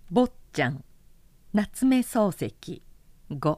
坊ちゃん夏目漱石5。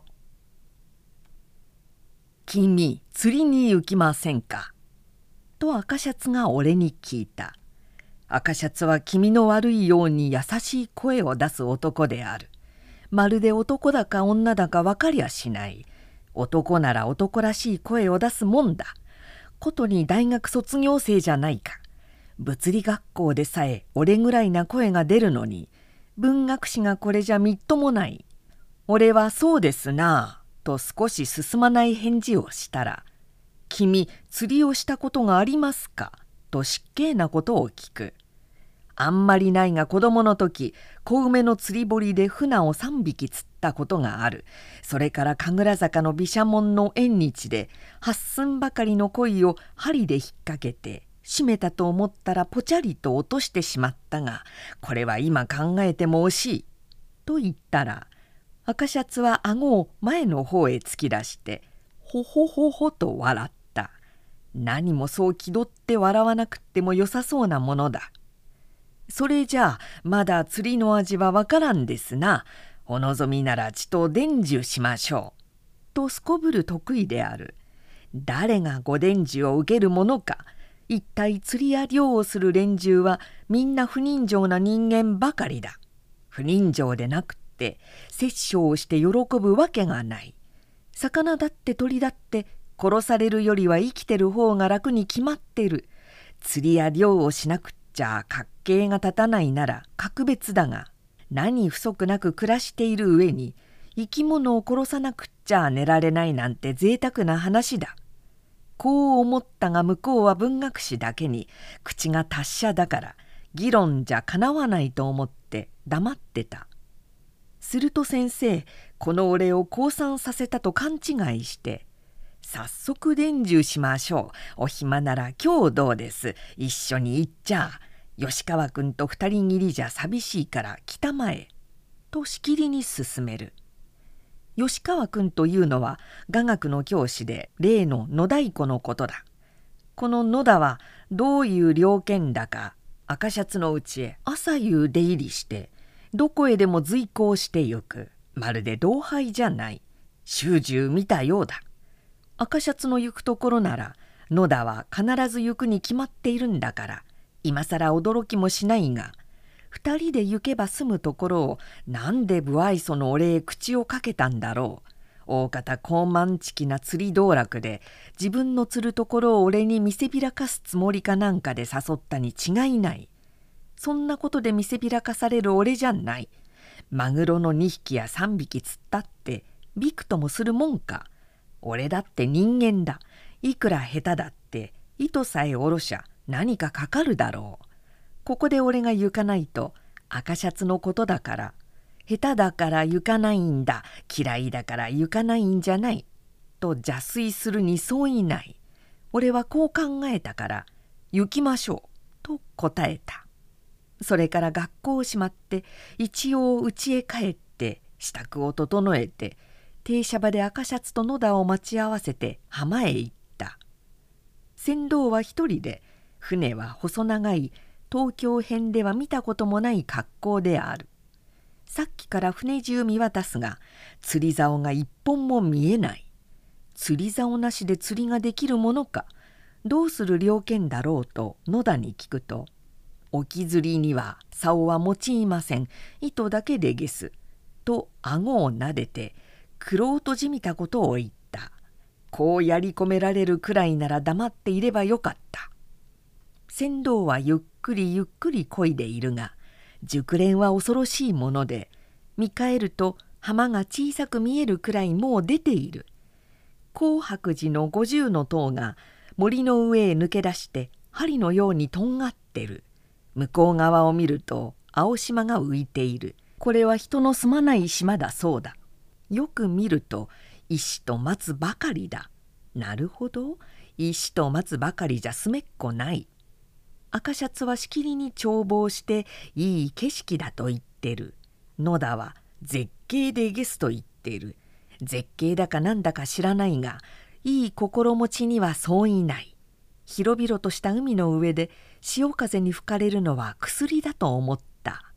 君釣りに行きませんかと赤シャツが俺に聞いた。赤シャツは気味の悪いように優しい声を出す男である。まるで男だか女だか分かりゃしない。男なら男らしい声を出すもんだ。ことに大学卒業生じゃないか。物理学校でさえ俺ぐらいな声が出るのに、文学史がこれじゃみっともない。俺はそうですなぁと少し進まない返事をしたら、君釣りをしたことがありますかと失敬なことを聞く。あんまりないが子供の時、小梅の釣り堀で船を3匹釣ったことがある。それから神楽坂の毘沙門の縁日で8寸ばかりの鯉を針で引っ掛けて締めたと思ったらぽちゃりと落としてしまったが、これは今考えても惜しい。と言ったら、赤シャツは顎を前の方へ突き出してほほほほと笑った。何もそう気取って笑わなくってもよさそうなものだ。それじゃあまだ釣りの味はわからんですな。お望みならちと伝授しましょう。とすこぶる得意である。誰がご伝授を受けるものか。一体釣りや漁をする連中はみんな不人情な人間ばかりだ。不人情でなくって殺生をして喜ぶわけがない。魚だって鳥だって殺されるよりは生きてる方が楽に決まってる。釣りや漁をしなくっちゃ格形が立たないなら格別だが、何不足なく暮らしている上に生き物を殺さなくっちゃ寝られないなんて贅沢な話だ。こう思ったが向こうは文学史だけに口が達者だから議論じゃかなわないと思って黙ってた。すると先生、この俺を降参させたと勘違いして、早速伝授しましょう。お暇なら今日どうです。一緒に行っちゃ。吉川君と二人きりじゃ寂しいから来たまえ。としきりに勧める。吉川君というのは雅楽の教師で例の野太鼓のことだ。この野田はどういう猟犬だか赤シャツのうちへ朝夕出入りしてどこへでも随行してゆく。まるで同輩じゃない。習字見たようだ。赤シャツの行くところなら野田は必ず行くに決まっているんだから今さら驚きもしないが、二人で行けば済むところをなんで不愛想の俺へ口をかけたんだろう。大方高慢ちきな釣り道楽で自分の釣るところを俺に見せびらかすつもりかなんかで誘ったに違いない。そんなことで見せびらかされる俺じゃない。マグロの2匹や3匹釣ったってびくともするもんか。俺だって人間だ。いくら下手だって糸さえ下ろしゃ何かかかるだろう。ここで俺が行かないと赤シャツのことだから、下手だから行かないんだ、嫌いだから行かないんじゃない、と邪推するに相違ない。俺はこう考えたから、行きましょう、と答えた。それから学校をしまって、一応家へ帰って支度を整えて、停車場で赤シャツと野田を待ち合わせて浜へ行った。船頭は一人で、船は細長い東京編では見たこともない格好である。さっきから船中見渡すが、釣り竿が一本も見えない。釣り竿なしで釣りができるものか、どうする猟犬だろうと野田に聞くと、沖釣りには竿は用いません。糸だけでゲス。と顎をなでて、玄人じみたことを言った。こうやり込められるくらいなら黙っていればよかった。船頭はゆっくりゆっくり漕いでいるが、熟練は恐ろしいもので、見返ると浜が小さく見えるくらいもう出ている。紅白寺の50の塔が森の上へ抜け出して針のようにとんがってる。向こう側を見ると青島が浮いている。これは人の住まない島だそうだ。よく見ると石と松ばかりだ。なるほど、石と松ばかりじゃ住めっこない。赤シャツはしきりに眺望していい景色だと言ってる。野田は絶景でゲスと言ってる。絶景だかなんだか知らないが、いい心持ちには相違ない。広々とした海の上で潮風に吹かれるのは薬だと思った。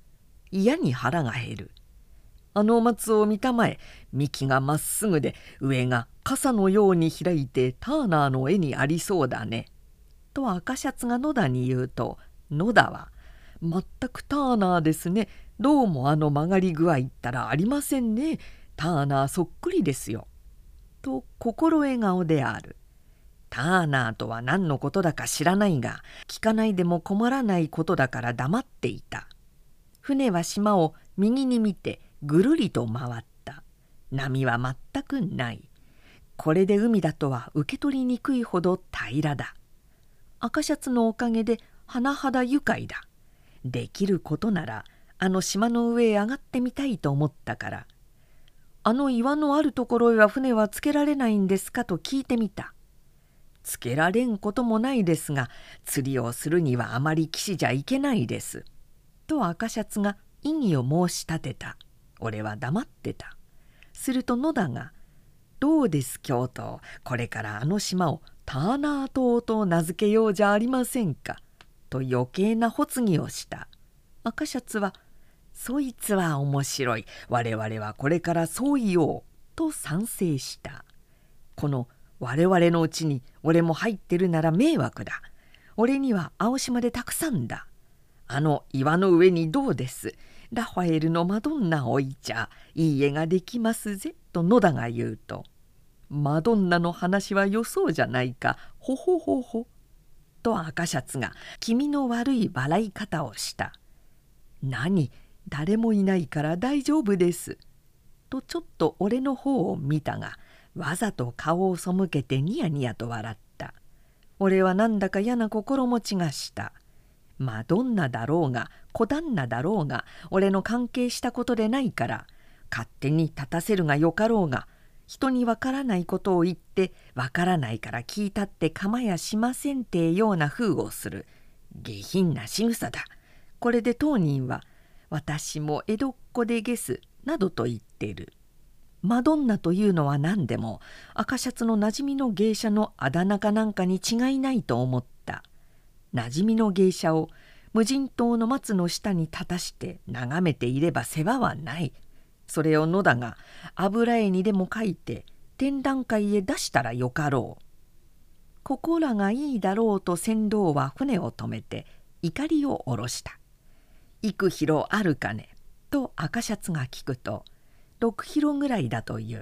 嫌に腹が減る。あの松を見たまえ、幹がまっすぐで上が傘のように開いてターナーの絵にありそうだね。と赤シャツが野田に言うと、野田は「全くターナーですね。どうもあの曲がり具合ったらありませんね。ターナーそっくりですよ」と心笑顔である。ターナーとは何のことだか知らないが、聞かないでも困らないことだから黙っていた。船は島を右に見てぐるりと回った。波は全くない。これで海だとは受け取りにくいほど平らだ。赤シャツのおかげで甚だ愉快だ。できることならあの島の上へ上がってみたいと思ったから、あの岩のあるところへは船はつけられないんですかと聞いてみた。つけられんこともないですが、釣りをするにはあまり岸じゃいけないです。と赤シャツが異議を申し立てた。俺は黙ってた。すると野田が「どうです教頭、これからあの島をターナー島と名付けようじゃありませんか」と余計な発議をした。赤シャツは「そいつは面白い。我々はこれからそう言おう」と賛成した。この我々のうちに俺も入ってるなら迷惑だ。俺には青島でたくさんだ。あの岩の上にどうです。ラファエルのマドンナを置いちゃいい絵ができますぜと野田が言うと、マドンナの話はよそうじゃないか、ほほほほ。と赤シャツが気味の悪い笑い方をした。何、誰もいないから大丈夫です。とちょっと俺の方を見たが、わざと顔を背けてニヤニヤと笑った。俺はなんだか嫌な心持ちがした。マドンナだろうが小旦那だろうが俺の関係したことでないから、勝手に立たせるがよかろうが、人にわからないことを言ってわからないから聞いたって構やしませんってような風をする下品な仕草だ。これで当人は私も江戸っ子でゲスなどと言ってる。マドンナというのは何でも赤シャツのなじみの芸者のあだ名かなんかに違いないと思った。なじみの芸者を無人島の松の下に立たして眺めていれば世話はない。それを野田が油絵にでも描いて展覧会へ出したらよかろう。ここらがいいだろうと船頭は船を止めて怒りを下ろした。幾広あるかねと赤シャツが聞くと、6広ぐらいだという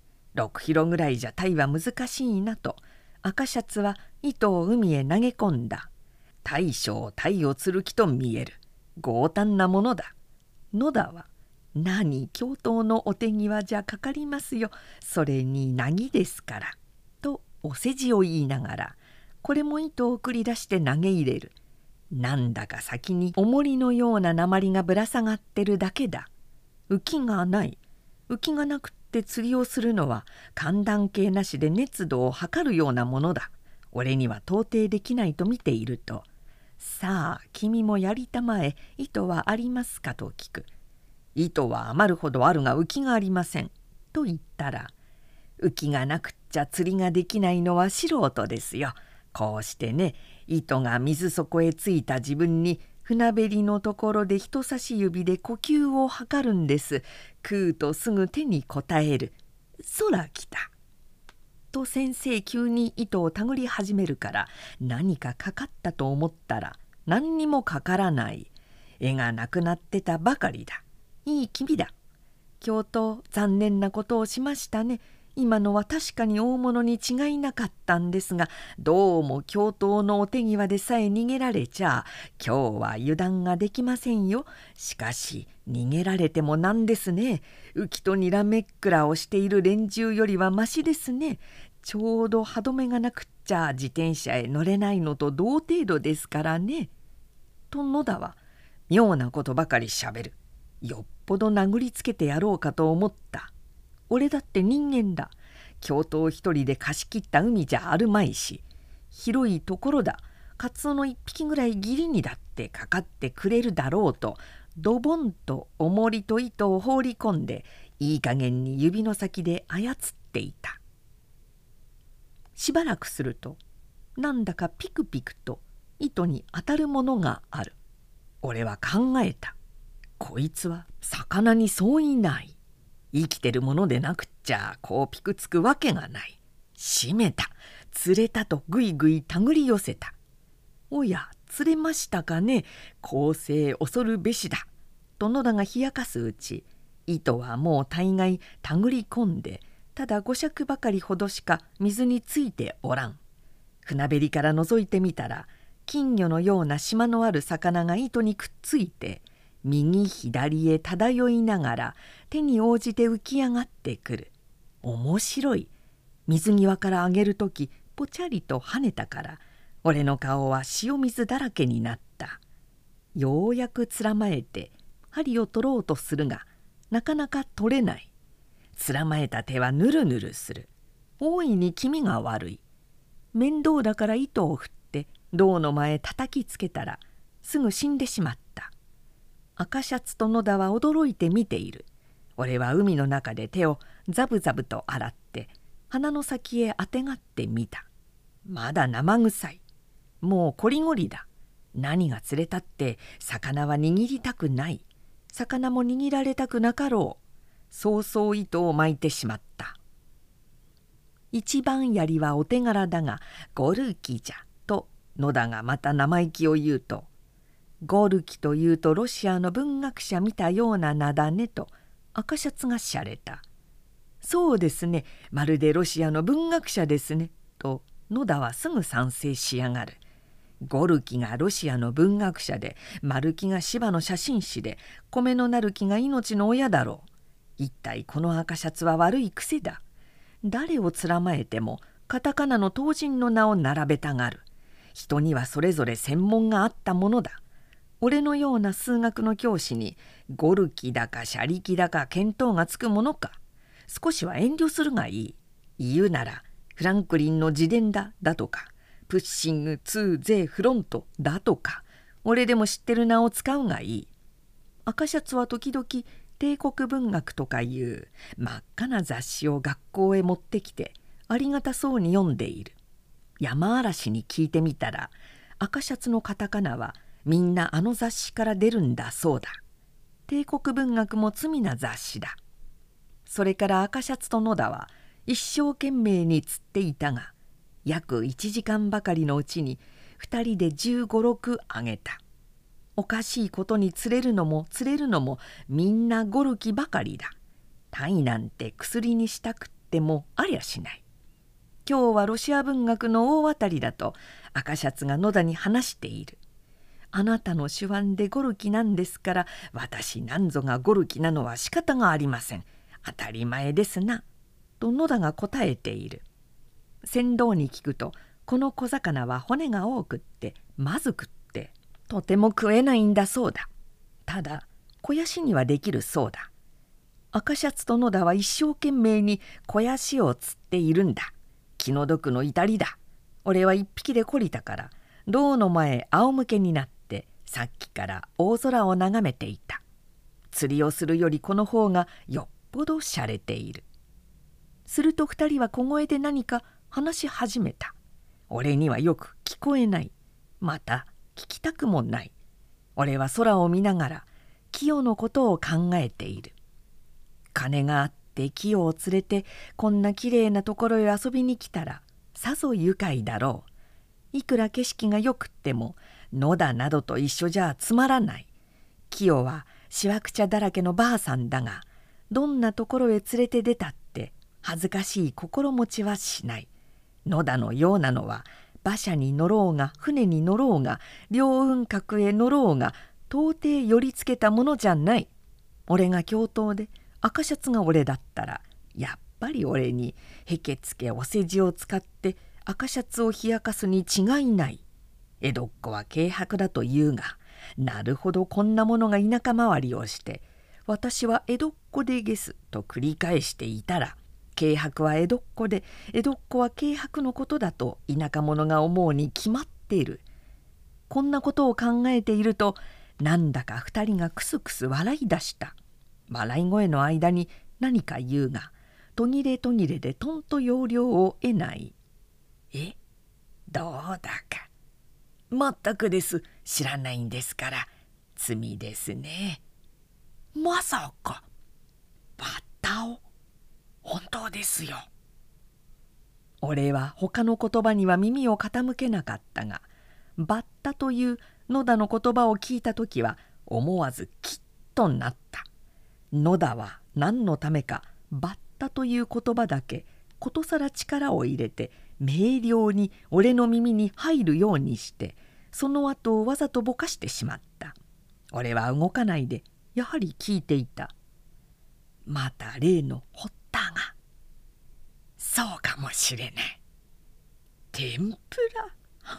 。6広ぐらいじゃタイは難しいなと赤シャツは糸を海へ投げ込んだ。大将タイを釣る気と見える。強胆なものだ。野田は何、教頭のお手際じゃかかりますよ。それになぎですから。とお世辞を言いながら、これも糸を繰り出して投げ入れる。なんだか先に重りのような鉛がぶら下がってるだけだ。浮きがない。浮きがなくって釣りをするのは寒暖計なしで熱度を測るようなものだ。俺には到底できないと見ていると、さあ君もやりたまえ、糸はありますかと聞く。糸は余るほどあるが浮きがありません。と言ったら、浮きがなくっちゃ釣りができないのは素人ですよ。こうしてね、糸が水底へついた自分に船べりのところで人差し指で呼吸を測るんです。食うとすぐ手に応える。空来た。と先生急に糸を手繰り始めるから何かかかったと思ったら何にもかからない。絵がなくなってたばかりだ。いい気味だ。教頭、残念なことをしましたね。今のは確かに大物に違いなかったんですが、どうも教頭のお手際でさえ逃げられちゃ今日は油断ができませんよ。しかし逃げられてもなんですね。浮きとにらめっくらをしている連中よりはましですね。ちょうど歯止めがなくっちゃ自転車へ乗れないのと同程度ですからね。と野田は妙なことばかりしゃべる。よっぽど殴りつけてやろうかと思った。俺だって人間だ。教頭一人で貸し切った海じゃあるまいし、広いところだ。カツオの一匹ぐらい義理にだってかかってくれるだろうと、ドボンと重りと糸を放り込んで、いい加減に指の先で操っていた。しばらくすると、なんだかピクピクと糸に当たるものがある。俺は考えた。 こいつは魚に相違ない。生きてるものでなくっちゃこうピクつくわけがない。しめた、釣れたとぐいぐい手繰り寄せた。おや、釣れましたかね。公正恐るべしだ。と野田が冷やかすうち、糸はもう大概手繰り込んで、ただ5尺ばかりほどしか水についておらん。船べりから覗いてみたら、金魚のような島のある魚が糸にくっついて、右左へ漂いながら手に応じて浮き上がってくる。面白い。水際から上げるときぽちゃりと跳ねたから、俺の顔は塩水だらけになった。ようやくつらまえて針を取ろうとするが、なかなか取れない。つらまえた手はぬるぬるする。大いに気味が悪い。面倒だから糸を振って胴の前叩きつけたら、すぐ死んでしまった。赤シャツと野田は驚いて見ている。俺は海の中で手をザブザブと洗って鼻の先へあてがってみた。まだ生臭い。もうこりごりだ。何が釣れたって魚は握りたくない。魚も握られたくなかろう。そうそう糸を巻いてしまった。一番槍はお手柄だがゴルキじゃと野田がまた生意気を言うと、ゴルキというとロシアの文学者見たような名だねと赤シャツがしゃれた。そうですね、まるでロシアの文学者ですねと野田はすぐ賛成しやがる。ゴルキがロシアの文学者で、マルキが芝の写真誌で、米のなる木が命の親だろう。一体この赤シャツは悪い癖だ。誰をつらまえてもカタカナの当人の名を並べたがる。人にはそれぞれ専門があったものだ。俺のような数学の教師にゴルキだかシャリキだか見当がつくものか。少しは遠慮するがいい。言うならフランクリンの自伝だとか、プッシング2ゼフロントだとか、俺でも知ってる名を使うがいい。赤シャツは時々帝国文学とかいう真っ赤な雑誌を学校へ持ってきてありがたそうに読んでいる。山嵐に聞いてみたら、赤シャツのカタカナはみんなあの雑誌から出るんだそうだ。帝国文学も罪な雑誌だ。それから赤シャツと野田は一生懸命に釣っていたが、約1時間ばかりのうちに2人で15、6あげた。おかしいことに釣れるのもみんなゴルキばかりだ。タイなんて薬にしたくってもありゃしない。今日はロシア文学の大当たりだと赤シャツが野田に話している。あなたの手腕でゴルキなんですから、私なんぞがゴルキなのは仕方がありません。当たり前ですな。と野田が答えている。船頭に聞くと、この小魚は骨が多くってまずくってとても食えないんだそうだ。ただ肥やしにはできるそうだ。赤シャツと野田は一生懸命に肥やしを釣っているんだ。気の毒の至りだ。俺は一匹で懲りたから胴の前仰向けになってさっきから大空を眺めていた。釣りをするよりこの方がよっぽどしゃれている。すると二人は小声で何か話し始めた。俺にはよく聞こえない。また聞きたくもない。俺は空を見ながら清のことを考えている。金があって清を連れてこんなきれいなところへ遊びに来たらさぞ愉快だろう。いくら景色がよくっても野田などと一緒じゃつまらない。清はしわくちゃだらけのばあさんだが、どんなところへ連れて出たって恥ずかしい心持ちはしない。野田のようなのは馬車に乗ろうが船に乗ろうが両雲閣へ乗ろうが到底寄りつけたものじゃない。俺が教頭で赤シャツが俺だったらやっぱり俺にへけつけお世辞を使って赤シャツを冷やかすに違いない。江戸っ子は軽薄だと言うが、なるほどこんなものが田舎回りをして私は江戸っ子でゲスと繰り返していたら、軽薄は江戸っ子で江戸っ子は軽薄のことだと田舎者が思うに決まっている。こんなことを考えているとなんだか二人がクスクス笑い出した。笑い声の間に何か言うが途切れ途切れでとんと要領を得ない。どうだか。まったくです。知らないんですから。罪ですね。 さかバッタを。本当ですよ。俺は他の言葉には耳を傾けなかったが、バッタという野田の言葉を聞いた時は思わずキッとなった。野田は何のためかバッタという言葉だけことさら力を入れて明瞭に俺の耳に入るようにして、その後をわざとぼかしてしまった。俺は動かないでやはり聞いていた。また例の堀田が。そうかもしれない。天ぷら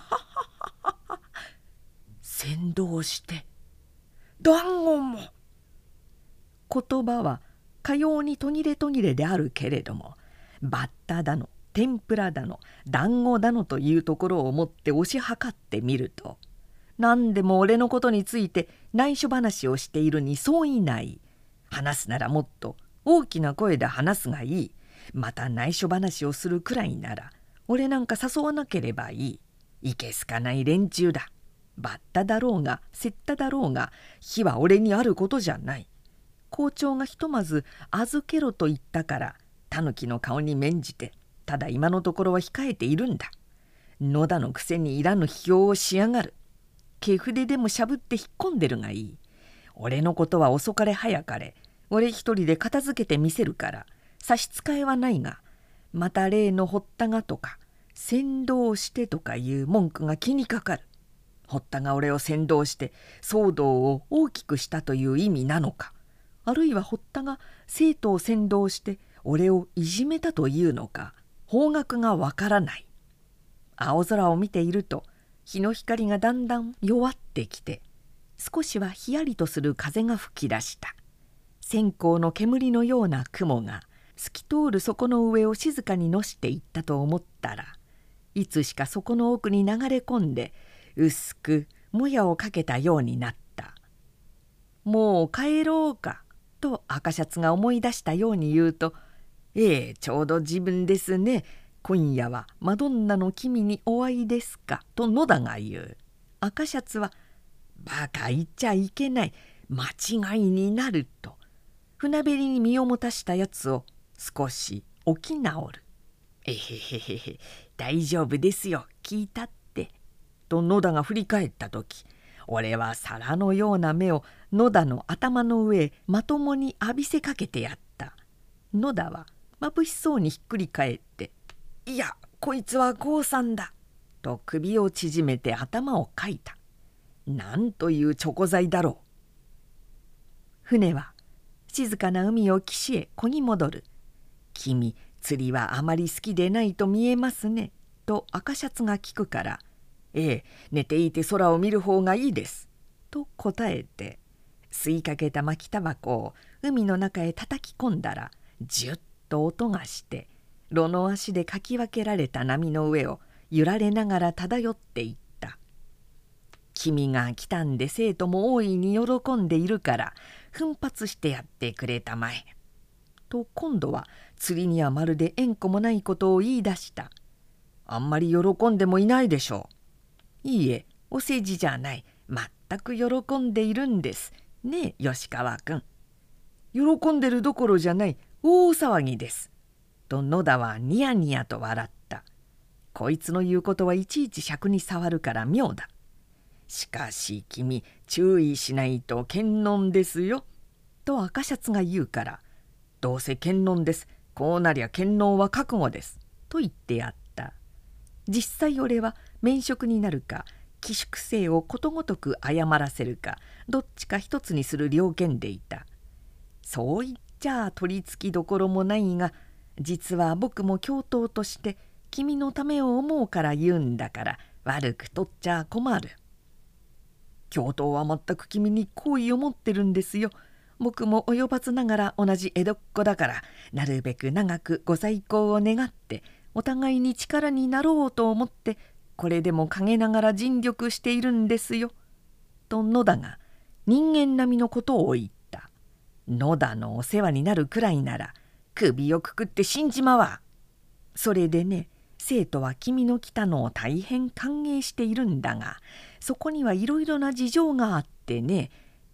先導して団子も。言葉はかように途切れ途切れであるけれども、バッタだの天ぷらだの団子だのというところをもって推し量ってみると、何でも俺のことについて内緒話をしているに相違ない。話すならもっと大きな声で話すがいい。また内緒話をするくらいなら俺なんか誘わなければいい。いけすかない連中だ。バッタだろうがセッタだろうが火は俺にあることじゃない。校長がひとまず預けろと言ったからタヌキの顔に免じて、ただ今のところは控えているんだ。野田のくせにいらぬ批評をしやがる。毛筆でもしゃぶって引っ込んでるがいい。俺のことは遅かれ早かれ俺一人で片付けてみせるから差し支えはないが、また例の堀田がとか先導してとかいう文句が気にかかる。堀田が俺を先導して騒動を大きくしたという意味なのか、あるいは堀田が生徒を先導して俺をいじめたというのか、方角がわからない。青空を見ていると日の光がだんだん弱ってきて、少しはひやりとする風が吹き出した。線香の煙のような雲が透き通る底の上を静かにのしていったと思ったら、いつしか底の奥に流れ込んで薄くもやをかけたようになった。もう帰ろうかと赤シャツが思い出したように言うと、ちょうど自分ですね。今夜はマドンナの君にお会いですかと野田が言う。赤シャツはバカ言っちゃいけない、間違いになると船べりに身をもたしたやつを少し起き直る。へへへ、大丈夫ですよ、聞いたってと野田が振り返った時、俺は皿のような目を野田の頭の上へまともに浴びせかけてやった。野田はまぶしそうにひっくり返って、いやこいつは郷さんだと首を縮めて頭をかいた。なんというチョコ材だろう。船は静かな海を岸へ漕ぎ戻る。君釣りはあまり好きでないと見えますねと赤シャツが聞くから、寝ていて空を見る方がいいですと答えて、吸いかけた巻きタバコを海の中へ叩き込んだら、ジュッと音がして炉の足でかき分けられた波の上を揺られながら漂っていった。君が来たんで生徒も大いに喜んでいるから奮発してやってくれたまえと、今度は釣りにはまるで縁故もないことを言い出した。あんまり喜んでもいないでしょう。いいえ、お世辞じゃない、全く喜んでいるんですねえ吉川君。喜んでるどころじゃない、大騒ぎですと野田はニヤニヤと笑った。こいつの言うことはいちいち尺に触るから妙だ。しかし君注意しないと検問ですよと赤シャツが言うから、どうせ検問です、こうなりゃ検問は覚悟ですと言ってやった。実際俺は免職になるか寄宿生をことごとく謝らせるかどっちか一つにする了見でいた。そう言っちゃ取り付きどころもないが、実は僕も教頭として君のためを思うから言うんだから、悪く取っちゃ困る。教頭は全く君に好意を持ってるんですよ。僕も及ばずながら同じ江戸っ子だから、なるべく長くご在校を願ってお互いに力になろうと思って、これでも陰ながら尽力しているんですよと野田が人間並みのことを言った。野田のお世話になるくらいなら首をくくって死んじまわ。それでね、生徒は君の来たのを大変歓迎しているんだが、そこにはいろいろな事情があってね、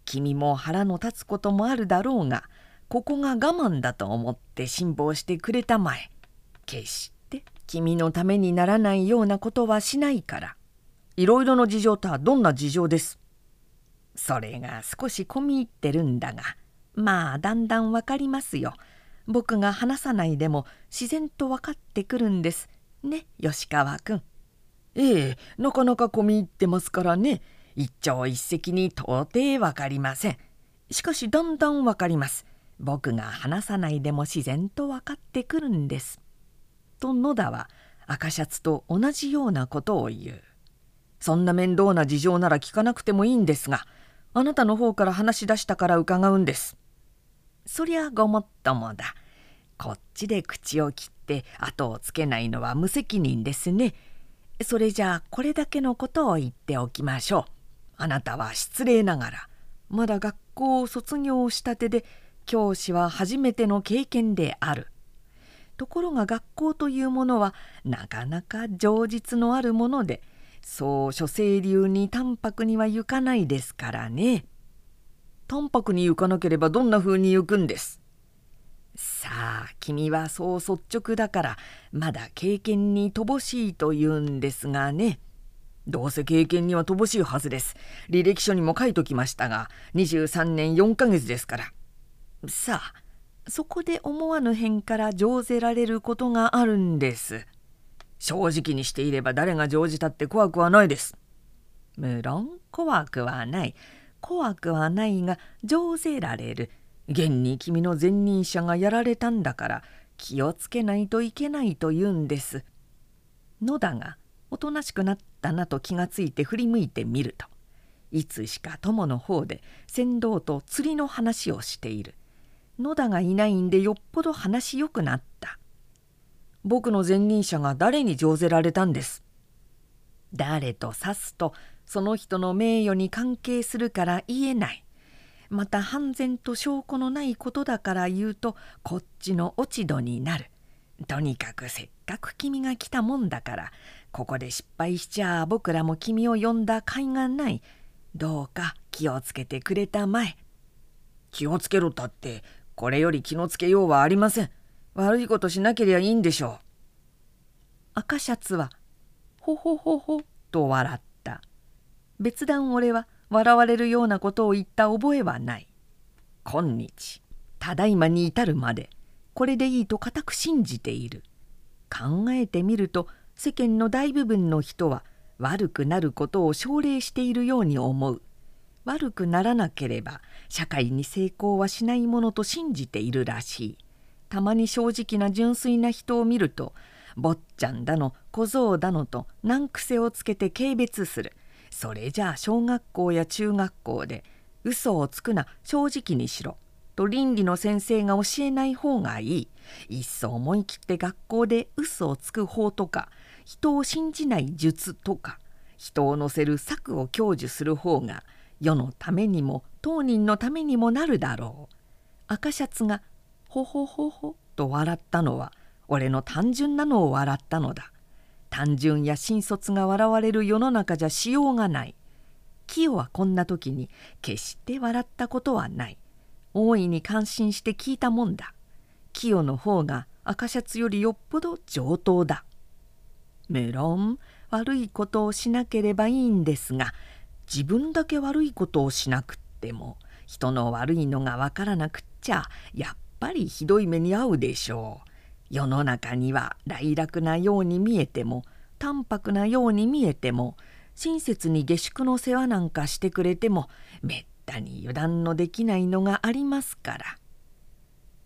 君も腹の立つこともあるだろうが、ここが我慢だと思って辛抱してくれたまえ。決して君のためにならないようなことはしないから。いろいろの事情とはどんな事情です？それが少し込み入ってるんだが、まあだんだんわかりますよ。僕が話さないでも自然とわかってくるんですね、吉川君。ええ、なかなか込み入ってますからね。一朝一夕に到底わかりません。しかしだんだんわかります。僕が話さないでも自然とわかってくるんです。と野田は赤シャツと同じようなことを言う。そんな面倒な事情なら聞かなくてもいいんですが、あなたの方から話し出したから伺うんです。そりゃごもっともだ。こっちで口を切って後をつけないのは無責任ですね。それじゃあこれだけのことを言っておきましょう。あなたは失礼ながらまだ学校を卒業したてで、教師は初めての経験である。ところが学校というものはなかなか情実のあるもので、そう諸生流に淡白には行かないですからね。淡白に行かなければどんな風に行くんです？さあ、君はそう率直だからまだ経験に乏しいと言うんですがね。どうせ経験には乏しいはずです。履歴書にも書いときましたが、23年4ヶ月ですから。さあ、そこで思わぬ辺から乗ぜられることがあるんです。正直にしていれば誰が乗じたって怖くはないです。無論怖くはない。怖くはないが乗ぜられる。現に君の前任者がやられたんだから気をつけないといけないと言うんです。野田がおとなしくなったなと気がついて振り向いてみると、いつしか友の方で船頭と釣りの話をしている。野田がいないんでよっぽど話よくなった。僕の前任者が誰に乗ぜられたんです。誰と指すとその人の名誉に関係するから言えない。また判然と証拠のないことだから言うとこっちの落ち度になる。とにかくせっかく君が来たもんだから、ここで失敗しちゃ僕らも君を呼んだ甲斐がない。どうか気をつけてくれたまえ。気をつけろったってこれより気のつけようはありません。悪いことしなけりゃいいんでしょう。赤シャツはほほほほと笑った。別段俺は笑われるようなことを言った覚えはない。今日ただいまに至るまでこれでいいと固く信じている。考えてみると世間の大部分の人は悪くなることを奨励しているように思う。悪くならなければ社会に成功はしないものと信じているらしい。たまに正直な純粋な人を見ると、坊ちゃんだの小僧だのと難癖をつけて軽蔑する。それじゃあ小学校や中学校で嘘をつくな、正直にしろと倫理の先生が教えない方がいい。いっそ思い切って学校で嘘をつく法とか、人を信じない術とか、人を乗せる策を享受する方が世のためにも当人のためにもなるだろう。赤シャツがほほほほと笑ったのは俺の単純なのを笑ったのだ。単純や新卒が笑われる世の中じゃしようがない。清はこんな時に決して笑ったことはない。大いに感心して聞いたもんだ。清の方が赤シャツよりよっぽど上等だ。無論悪いことをしなければいいんですが、自分だけ悪いことをしなくっても人の悪いのがわからなくっちゃやっぱりひどい目に遭うでしょう。世の中には楽々なように見えても淡白なように見えても、親切に下宿の世話なんかしてくれてもめったに油断のできないのがありますから。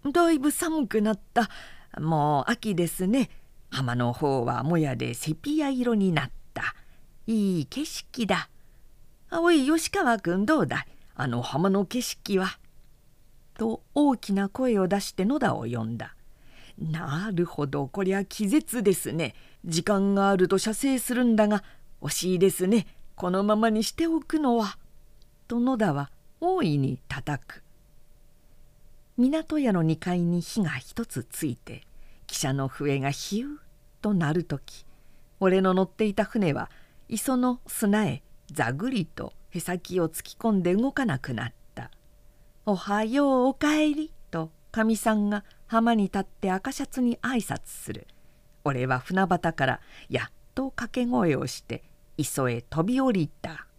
だいぶ寒くなった。もう秋ですね。浜の方はもやでセピア色になった。いい景色だ。おい吉川君、どうだい、あの浜の景色は。と大きな声を出して野田を呼んだ。なるほど、こりゃ気絶ですね。時間があると射精するんだが惜しいですね、このままにしておくのは。と野田は大いに叩く。港屋の2階に火が一つついて汽車の笛がヒューッと鳴るとき、俺の乗っていた船は磯の砂へざぐりとへさきを突き込んで動かなくなった。 おはようおかえり」とかみさんが浜に立って赤シャツに挨拶する。俺は船端からやっと掛け声をして磯へ飛び降りた。